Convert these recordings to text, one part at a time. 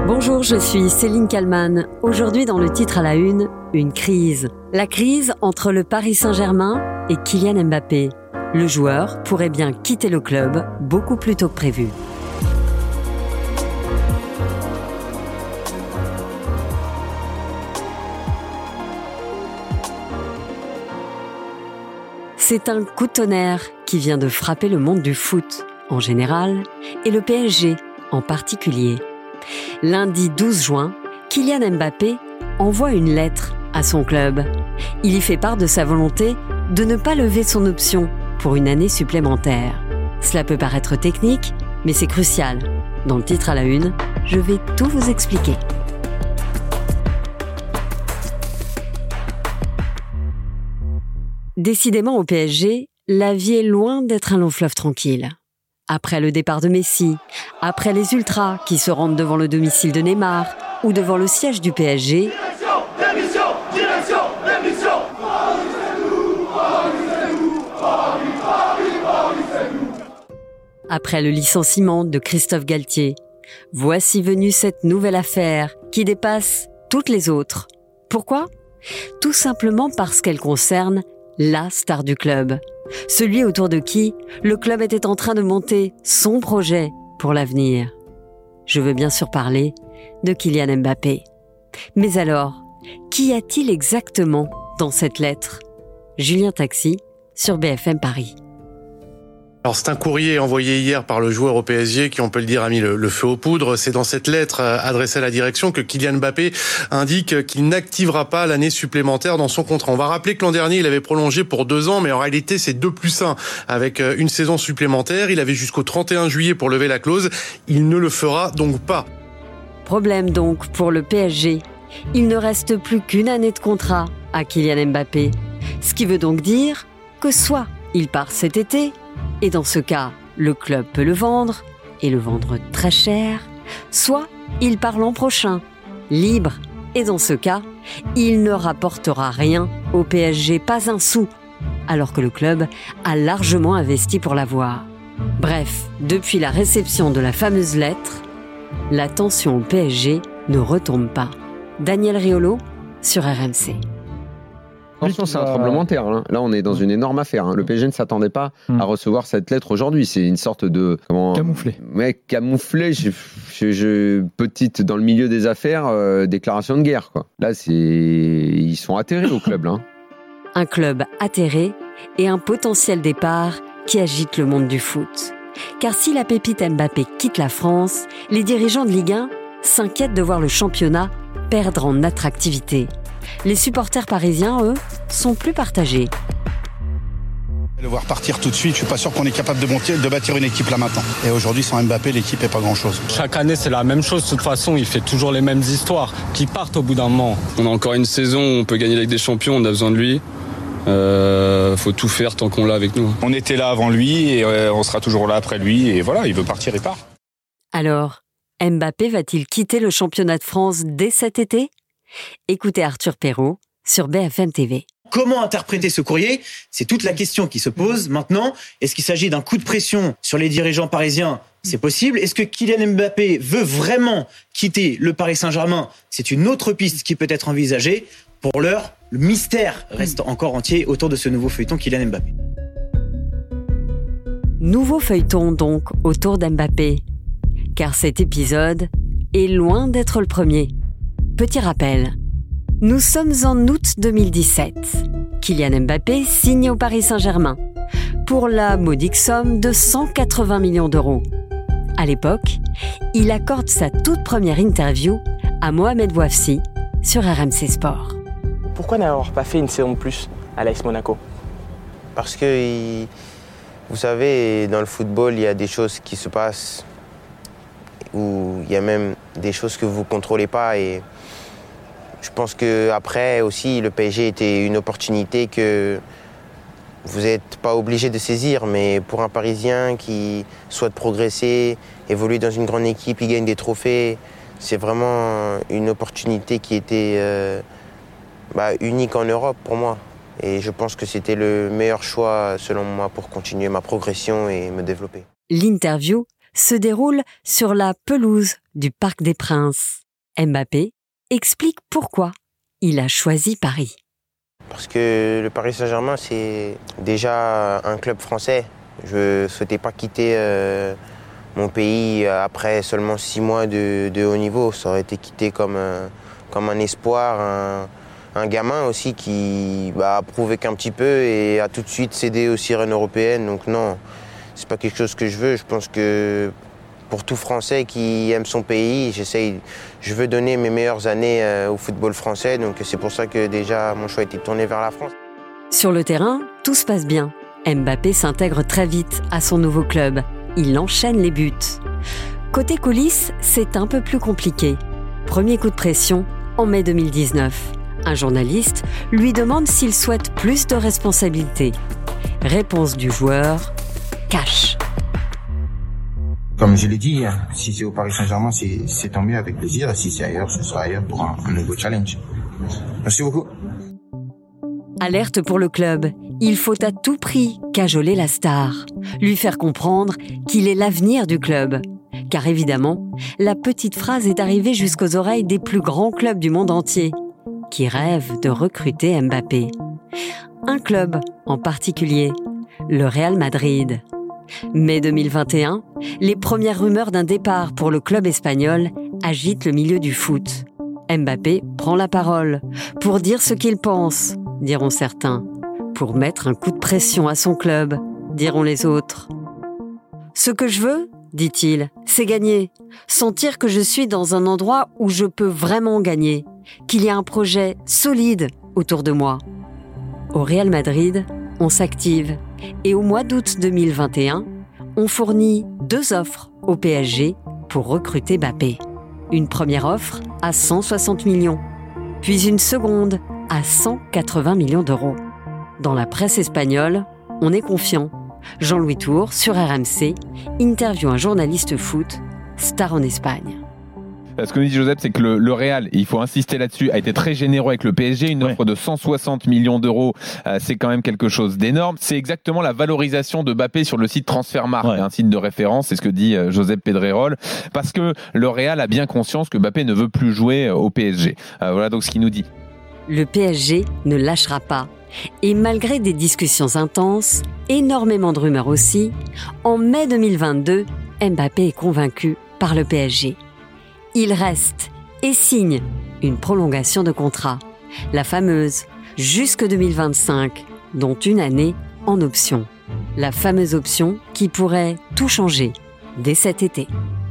Bonjour, je suis Céline Kallmann. Aujourd'hui, dans le titre à la une crise. La crise entre le Paris Saint-Germain et Kylian Mbappé. Le joueur pourrait bien quitter le club beaucoup plus tôt que prévu. C'est un coup de tonnerre qui vient de frapper le monde du foot en général et le PSG en particulier. Lundi 12 juin, Kylian Mbappé envoie une lettre à son club. Il y fait part de sa volonté de ne pas lever son option pour une année supplémentaire. Cela peut paraître technique, mais c'est crucial. Dans le titre à la une, je vais tout vous expliquer. Décidément au PSG, la vie est loin d'être un long fleuve tranquille. Après le départ de Messi, après les ultras qui se rendent devant le domicile de Neymar ou devant le siège du PSG, après le licenciement de Christophe Galtier, voici venue cette nouvelle affaire qui dépasse toutes les autres. Pourquoi ? Tout simplement parce qu'elle concerne la star du club, celui autour de qui le club était en train de monter son projet pour l'avenir. Je veux bien sûr parler de Kylian Mbappé. Mais alors, qu'y a-t-il exactement dans cette lettre ? Julien Taxi sur BFM Paris. Alors c'est un courrier envoyé hier par le joueur au PSG qui, on peut le dire, a mis le feu aux poudres. C'est dans cette lettre adressée à la direction que Kylian Mbappé indique qu'il n'activera pas l'année supplémentaire dans son contrat. On va rappeler que l'an dernier, il avait prolongé pour 2 ans, mais en réalité, c'est 2+1 avec une saison supplémentaire. Il avait jusqu'au 31 juillet pour lever la clause. Il ne le fera donc pas. Problème donc pour le PSG. Il ne reste plus qu'une année de contrat à Kylian Mbappé. Ce qui veut donc dire que soit il part cet été, et dans ce cas, le club peut le vendre, et le vendre très cher, soit il part l'an prochain, libre, et dans ce cas, il ne rapportera rien au PSG, pas un sou, alors que le club a largement investi pour l'avoir. Bref, depuis la réception de la fameuse lettre, la tension au PSG ne retombe pas. Daniel Riolo sur RMC. Attention, c'est un tremblement de terre. Là, on est dans une énorme affaire. Le PSG ne s'attendait pas à recevoir cette lettre aujourd'hui. C'est une sorte de... Camouflé. Ouais, camouflé. Petite, dans le milieu des affaires, déclaration de guerre, quoi. Là, ils sont atterrés au club. Un club atterré et un potentiel départ qui agite le monde du foot. Car si la pépite Mbappé quitte la France, les dirigeants de Ligue 1 s'inquiètent de voir le championnat perdre en attractivité. Les supporters parisiens, eux, sont plus partagés. Le voir partir tout de suite, je suis pas sûr qu'on est capable de bâtir une équipe là maintenant. Et aujourd'hui, sans Mbappé, l'équipe est pas grand-chose. Chaque année, c'est la même chose. De toute façon, il fait toujours les mêmes histoires qui partent au bout d'un moment. On a encore une saison où on peut gagner la Ligue des Champions, on a besoin de lui. Faut tout faire tant qu'on l'a avec nous. On était là avant lui et on sera toujours là après lui. Et voilà, il veut partir, il part. Alors, Mbappé va-t-il quitter le championnat de France dès cet été ? Écoutez Arthur Perrault sur BFM TV. Comment interpréter ce courrier ? C'est toute la question qui se pose maintenant. Est-ce qu'il s'agit d'un coup de pression sur les dirigeants parisiens ? C'est possible. Est-ce que Kylian Mbappé veut vraiment quitter le Paris Saint-Germain ? C'est une autre piste qui peut être envisagée. Pour l'heure, le mystère reste encore entier autour de ce nouveau feuilleton Kylian Mbappé. Nouveau feuilleton donc autour d'Mbappé. Car cet épisode est loin d'être le premier. Petit rappel, nous sommes en août 2017. Kylian Mbappé signe au Paris Saint-Germain pour la modique somme de 180 millions d'euros. À l'époque, il accorde sa toute première interview à Mohamed Bouafsi sur RMC Sport. Pourquoi n'avoir pas fait une saison de plus à l'AS Monaco ? Parce que, vous savez, dans le football, il y a des choses qui se passent où il y a même des choses que vous ne contrôlez pas. Et je pense qu'après aussi, le PSG était une opportunité que vous n'êtes pas obligé de saisir. Mais pour un Parisien qui souhaite progresser, évoluer dans une grande équipe, il gagne des trophées, c'est vraiment une opportunité qui était unique en Europe pour moi. Et je pense que c'était le meilleur choix, selon moi, pour continuer ma progression et me développer. L'interview se déroule sur la pelouse du Parc des Princes. Mbappé explique pourquoi il a choisi Paris. Parce que le Paris Saint-Germain, c'est déjà un club français. Je ne souhaitais pas quitter mon pays après seulement 6 mois de haut niveau. Ça aurait été quitté comme un espoir, un gamin aussi qui a prouvé qu'un petit peu et a tout de suite cédé aux sirènes européennes. Donc non, c'est pas quelque chose que je veux. Je pense que pour tout Français qui aime son pays, je veux donner mes meilleures années au football français. Donc c'est pour ça que déjà mon choix a été tourné vers la France. Sur le terrain, tout se passe bien. Mbappé s'intègre très vite à son nouveau club. Il enchaîne les buts. Côté coulisses, c'est un peu plus compliqué. Premier coup de pression en mai 2019. Un journaliste lui demande s'il souhaite plus de responsabilités. Réponse du joueur, cash. Comme je l'ai dit, si c'est au Paris Saint-Germain, c'est tant mieux, avec plaisir. Si c'est ailleurs, ce sera ailleurs pour un nouveau challenge. Merci beaucoup. Alerte pour le club. Il faut à tout prix cajoler la star. Lui faire comprendre qu'il est l'avenir du club. Car évidemment, la petite phrase est arrivée jusqu'aux oreilles des plus grands clubs du monde entier, qui rêvent de recruter Mbappé. Un club en particulier, le Real Madrid. Mai 2021, les premières rumeurs d'un départ pour le club espagnol agitent le milieu du foot. Mbappé prend la parole pour dire ce qu'il pense, diront certains, pour mettre un coup de pression à son club, diront les autres. Ce que je veux, dit-il, c'est gagner, sentir que je suis dans un endroit où je peux vraiment gagner, qu'il y a un projet solide autour de moi. Au Real Madrid, on s'active et au mois d'août 2021, on fournit 2 offres au PSG pour recruter Mbappé. Une première offre à 160 millions, puis une seconde à 180 millions d'euros. Dans la presse espagnole, on est confiant. Jean-Louis Tour, sur RMC, interviewe un journaliste foot, star en Espagne. Ce que nous dit Joseph, c'est que le Real, il faut insister là-dessus, a été très généreux avec le PSG. Une offre de 160 millions d'euros, c'est quand même quelque chose d'énorme. C'est exactement la valorisation de Mbappé sur le site Transfermarkt, un site de référence, c'est ce que dit Joseph Pedrerol, parce que le Real a bien conscience que Mbappé ne veut plus jouer au PSG. Voilà donc ce qu'il nous dit. Le PSG ne lâchera pas. Et malgré des discussions intenses, énormément de rumeurs aussi, en mai 2022, Mbappé est convaincu par le PSG. Il reste et signe une prolongation de contrat, la fameuse jusque 2025, dont une année en option. La fameuse option qui pourrait tout changer dès cet été.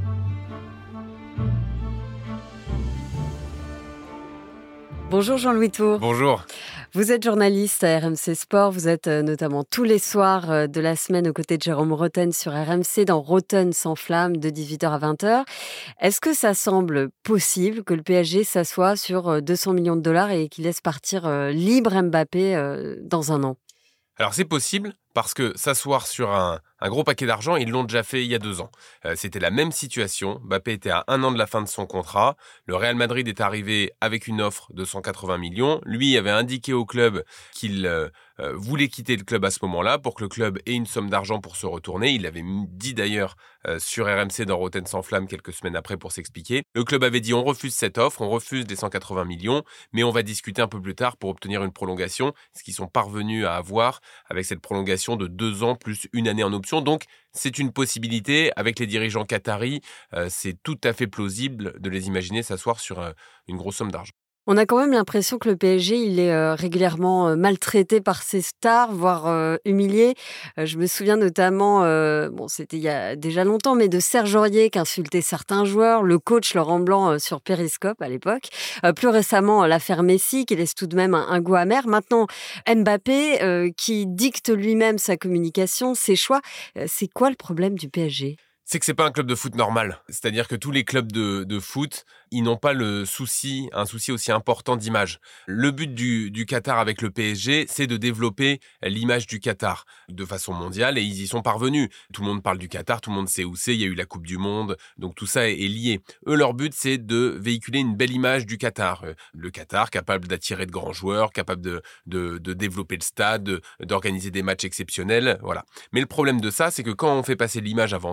Bonjour Jean-Louis Tour. Bonjour. Vous êtes journaliste à RMC Sport, vous êtes notamment tous les soirs de la semaine aux côtés de Jérôme Rotten sur RMC dans Rotten sans flamme de 18h à 20h. Est-ce que ça semble possible que le PSG s'assoie sur 200 millions de dollars et qu'il laisse partir libre Mbappé dans un an ? Alors c'est possible parce que s'asseoir sur un gros paquet d'argent, ils l'ont déjà fait il y a 2 ans. C'était la même situation. Mbappé était à 1 an de la fin de son contrat. Le Real Madrid est arrivé avec une offre de 180 millions. Lui avait indiqué au club qu'il voulait quitter le club à ce moment-là pour que le club ait une somme d'argent pour se retourner. Il l'avait dit d'ailleurs sur RMC dans Rotten sans flamme quelques semaines après pour s'expliquer. Le club avait dit on refuse cette offre, on refuse les 180 millions, mais on va discuter un peu plus tard pour obtenir une prolongation, ce qu'ils sont parvenus à avoir avec cette prolongation de 2 ans plus une année en option. Donc, c'est une possibilité. Avec les dirigeants qataris, c'est tout à fait plausible de les imaginer s'asseoir sur une grosse somme d'argent. On a quand même l'impression que le PSG, il est régulièrement maltraité par ses stars, voire humilié. Je me souviens notamment, c'était il y a déjà longtemps, mais de Serge Aurier qui insultait certains joueurs, le coach Laurent Blanc sur Periscope à l'époque. Plus récemment, l'affaire Messi qui laisse tout de même un goût amer. Maintenant, Mbappé qui dicte lui-même sa communication, ses choix. C'est quoi le problème du PSG ? C'est que c'est pas un club de foot normal. C'est-à-dire que tous les clubs de foot, ils n'ont pas un souci aussi important d'image. Le but du Qatar avec le PSG, c'est de développer l'image du Qatar de façon mondiale et ils y sont parvenus. Tout le monde parle du Qatar, tout le monde sait où c'est, il y a eu la Coupe du Monde, donc tout ça est lié. Eux, leur but, c'est de véhiculer une belle image du Qatar. Le Qatar, capable d'attirer de grands joueurs, capable de développer le stade, d'organiser des matchs exceptionnels, voilà. Mais le problème de ça, c'est que quand on fait passer l'image avant tout,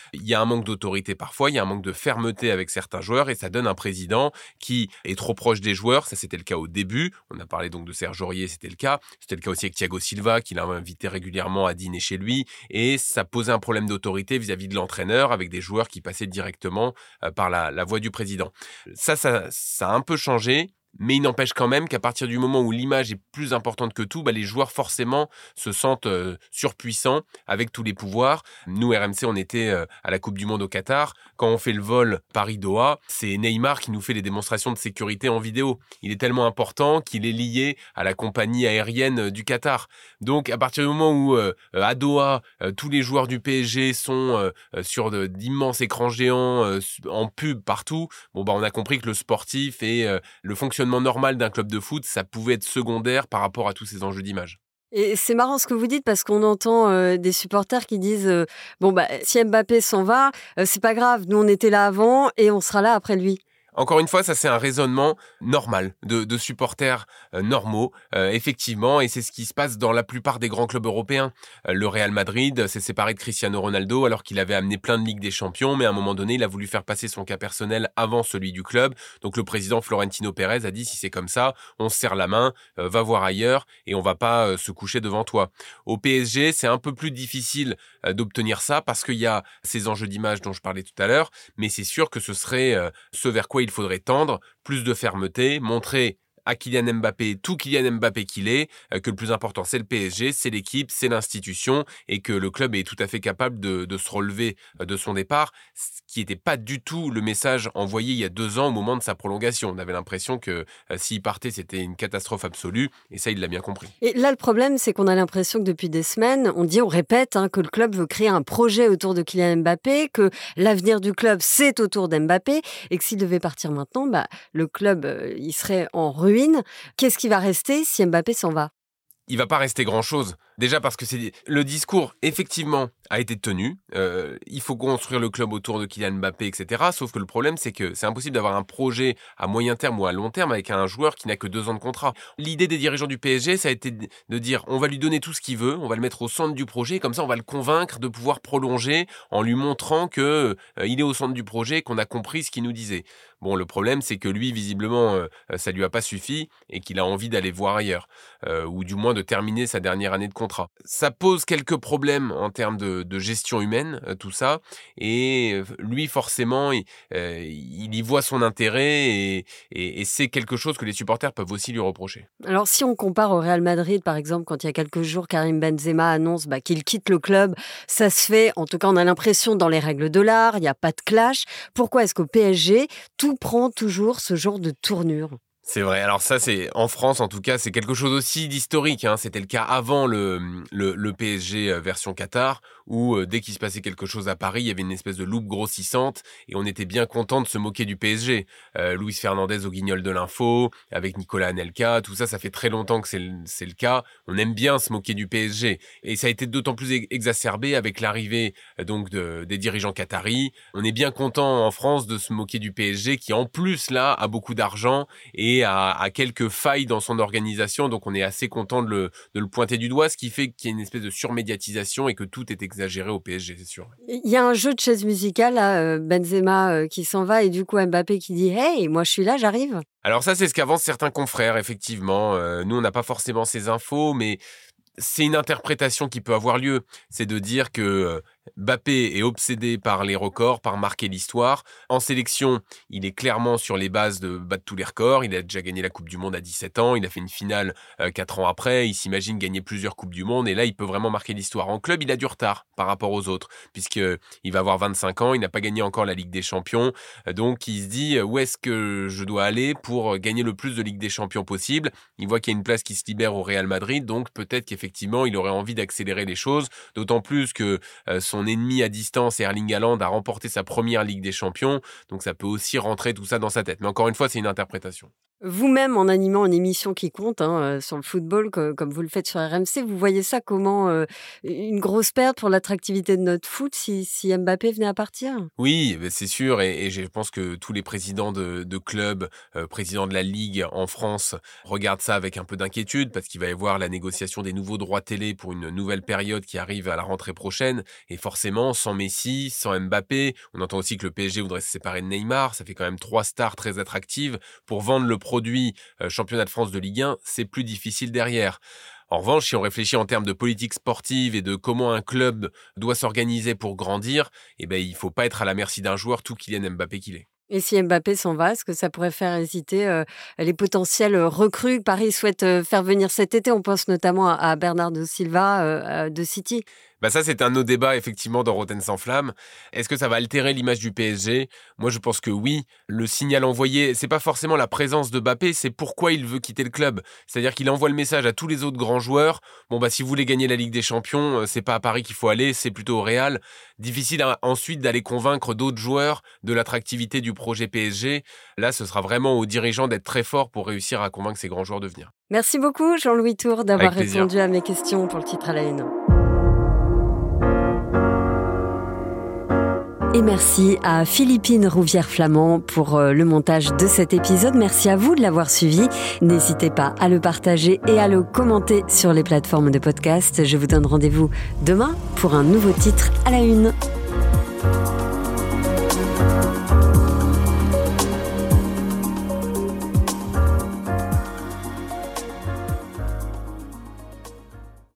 Il y a un manque d'autorité parfois, il y a un manque de fermeté avec certains joueurs et ça donne un président qui est trop proche des joueurs. Ça, c'était le cas au début. On a parlé donc de Serge Aurier, c'était le cas. C'était le cas aussi avec Thiago Silva, qu'il a invité régulièrement à dîner chez lui. Et ça posait un problème d'autorité vis-à-vis de l'entraîneur avec des joueurs qui passaient directement par la voix du président. Ça a un peu changé. Mais il n'empêche quand même qu'à partir du moment où l'image est plus importante que tout, les joueurs forcément se sentent surpuissants avec tous les pouvoirs. Nous, RMC, on était à la Coupe du Monde au Qatar. Quand on fait le vol Paris-Doha, c'est Neymar qui nous fait les démonstrations de sécurité en vidéo. Il est tellement important qu'il est lié à la compagnie aérienne du Qatar. Donc, à partir du moment où à Doha, tous les joueurs du PSG sont sur d'immenses écrans géants en pub partout, on a compris que le sportif et le fonctionnement normal d'un club de foot, ça pouvait être secondaire par rapport à tous ces enjeux d'image. Et c'est marrant ce que vous dites parce qu'on entend des supporters qui disent si Mbappé s'en va, c'est pas grave, nous on était là avant et on sera là après lui. Encore une fois, ça c'est un raisonnement normal de supporters normaux, effectivement, et c'est ce qui se passe dans la plupart des grands clubs européens. Le Real Madrid s'est séparé de Cristiano Ronaldo alors qu'il avait amené plein de Ligues des Champions, mais à un moment donné, il a voulu faire passer son cas personnel avant celui du club. Donc le président Florentino Pérez a dit si c'est comme ça, on se serre la main, va voir ailleurs et on va pas se coucher devant toi. Au PSG, c'est un peu plus difficile d'obtenir ça parce qu'il y a ces enjeux d'image dont je parlais tout à l'heure, mais c'est sûr que ce serait ce vers quoi il faudrait tendre, plus de fermeté, montrer à Kylian Mbappé, tout Kylian Mbappé qu'il est, que le plus important c'est le PSG, c'est l'équipe, c'est l'institution et que le club est tout à fait capable de se relever de son départ, ce qui n'était pas du tout le message envoyé il y a 2 ans au moment de sa prolongation. On avait l'impression que s'il partait c'était une catastrophe absolue et ça il l'a bien compris. Et là le problème c'est qu'on a l'impression que depuis des semaines, on répète que le club veut créer un projet autour de Kylian Mbappé, que l'avenir du club c'est autour d'Mbappé et que s'il devait partir maintenant, le club il serait en ruine. Qu'est-ce qui va rester si Mbappé s'en va ? Il va pas rester grand-chose. Déjà parce que le discours, effectivement, a été tenu. Il faut construire le club autour de Kylian Mbappé, etc. Sauf que le problème, c'est que c'est impossible d'avoir un projet à moyen terme ou à long terme avec un joueur qui n'a que 2 ans de contrat. L'idée des dirigeants du PSG, ça a été de dire on va lui donner tout ce qu'il veut, on va le mettre au centre du projet, et comme ça on va le convaincre de pouvoir prolonger en lui montrant que il est au centre du projet et qu'on a compris ce qu'il nous disait. Bon, le problème, c'est que lui, visiblement, ça lui a pas suffi et qu'il a envie d'aller voir ailleurs, ou du moins de terminer sa dernière année de contrat. Ça pose quelques problèmes en termes de gestion humaine, tout ça, et lui, forcément, il y voit son intérêt et c'est quelque chose que les supporters peuvent aussi lui reprocher. Alors, si on compare au Real Madrid, par exemple, quand il y a quelques jours, Karim Benzema annonce qu'il quitte le club, ça se fait, en tout cas, on a l'impression, dans les règles de l'art, il n'y a pas de clash. Pourquoi est-ce qu'au PSG, tout prend toujours ce genre de tournure ? C'est vrai. Alors ça, c'est en France, en tout cas, c'est quelque chose aussi d'historique. C'était le cas avant le PSG version Qatar, où dès qu'il se passait quelque chose à Paris, il y avait une espèce de loupe grossissante et on était bien content de se moquer du PSG. Luis Fernandez au Guignol de l'info, avec Nicolas Anelka, tout ça, ça fait très longtemps que c'est le cas. On aime bien se moquer du PSG et ça a été d'autant plus exacerbé avec l'arrivée donc des dirigeants qataris. On est bien content en France de se moquer du PSG qui en plus là a beaucoup d'argent et a quelques failles dans son organisation, donc on est assez content de le pointer du doigt, ce qui fait qu'il y a une espèce de surmédiatisation et que tout est exagéré au PSG, c'est sûr. Il y a un jeu de chaise musicale, là, Benzema qui s'en va et du coup Mbappé qui dit « Hey, moi je suis là, j'arrive ». Alors ça, c'est ce qu'avancent certains confrères, effectivement. Nous, on n'a pas forcément ces infos, mais c'est une interprétation qui peut avoir lieu. C'est de dire que Mbappé est obsédé par les records, par marquer l'histoire. En sélection, il est clairement sur les bases de battre tous les records. Il a déjà gagné la Coupe du Monde à 17 ans. Il a fait une finale 4 ans après. Il s'imagine gagner plusieurs Coupes du Monde. Et là, il peut vraiment marquer l'histoire. En club, il a du retard par rapport aux autres, puisqu'il va avoir 25 ans. Il n'a pas gagné encore la Ligue des Champions. Donc, il se dit, où est-ce que je dois aller pour gagner le plus de Ligue des Champions possible ? Il voit qu'il y a une place qui se libère au Real Madrid. Donc, peut-être qu'effectivement, il aurait envie d'accélérer les choses. D'autant plus que son ennemi à distance, Erling Haaland, a remporté sa première Ligue des Champions, donc ça peut aussi rentrer tout ça dans sa tête. Mais encore une fois, c'est une interprétation. Vous-même, en animant une émission qui compte sur le football, comme vous le faites sur RMC, vous voyez ça comment une grosse perte pour l'attractivité de notre foot si Mbappé venait à partir? Oui, c'est sûr, et je pense que tous les présidents de clubs, présidents de la Ligue en France, regardent ça avec un peu d'inquiétude, parce qu'il va y avoir la négociation des nouveaux droits télé pour une nouvelle période qui arrive à la rentrée prochaine, et forcément, sans Messi, sans Mbappé, on entend aussi que le PSG voudrait se séparer de Neymar, ça fait quand même 3 stars très attractives. Pour vendre le produit championnat de France de Ligue 1, c'est plus difficile derrière. En revanche, si on réfléchit en termes de politique sportive et de comment un club doit s'organiser pour grandir, il ne faut pas être à la merci d'un joueur, tout Kylian Mbappé qu'il est. Et si Mbappé s'en va, est-ce que ça pourrait faire hésiter les potentiels recrues que Paris souhaite faire venir cet été? On pense notamment à Bernardo Silva de City. Ça, c'est un de nos débats, effectivement, dans Rotten sans flamme. Est-ce que ça va altérer l'image du PSG? Moi, je pense que oui. Le signal envoyé, c'est pas forcément la présence de Mbappé, c'est pourquoi il veut quitter le club. C'est-à-dire qu'il envoie le message à tous les autres grands joueurs. Si vous voulez gagner la Ligue des Champions, c'est pas à Paris qu'il faut aller, c'est plutôt au Real. Difficile ensuite d'aller convaincre d'autres joueurs de l'attractivité du projet PSG. Là, ce sera vraiment aux dirigeants d'être très forts pour réussir à convaincre ces grands joueurs de venir. Merci beaucoup, Jean-Louis Tour, d'avoir répondu à mes questions pour le titre à la une. Et merci à Philippine Rouvière-Flamand pour le montage de cet épisode. Merci à vous de l'avoir suivi. N'hésitez pas à le partager et à le commenter sur les plateformes de podcast. Je vous donne rendez-vous demain pour un nouveau titre à la une.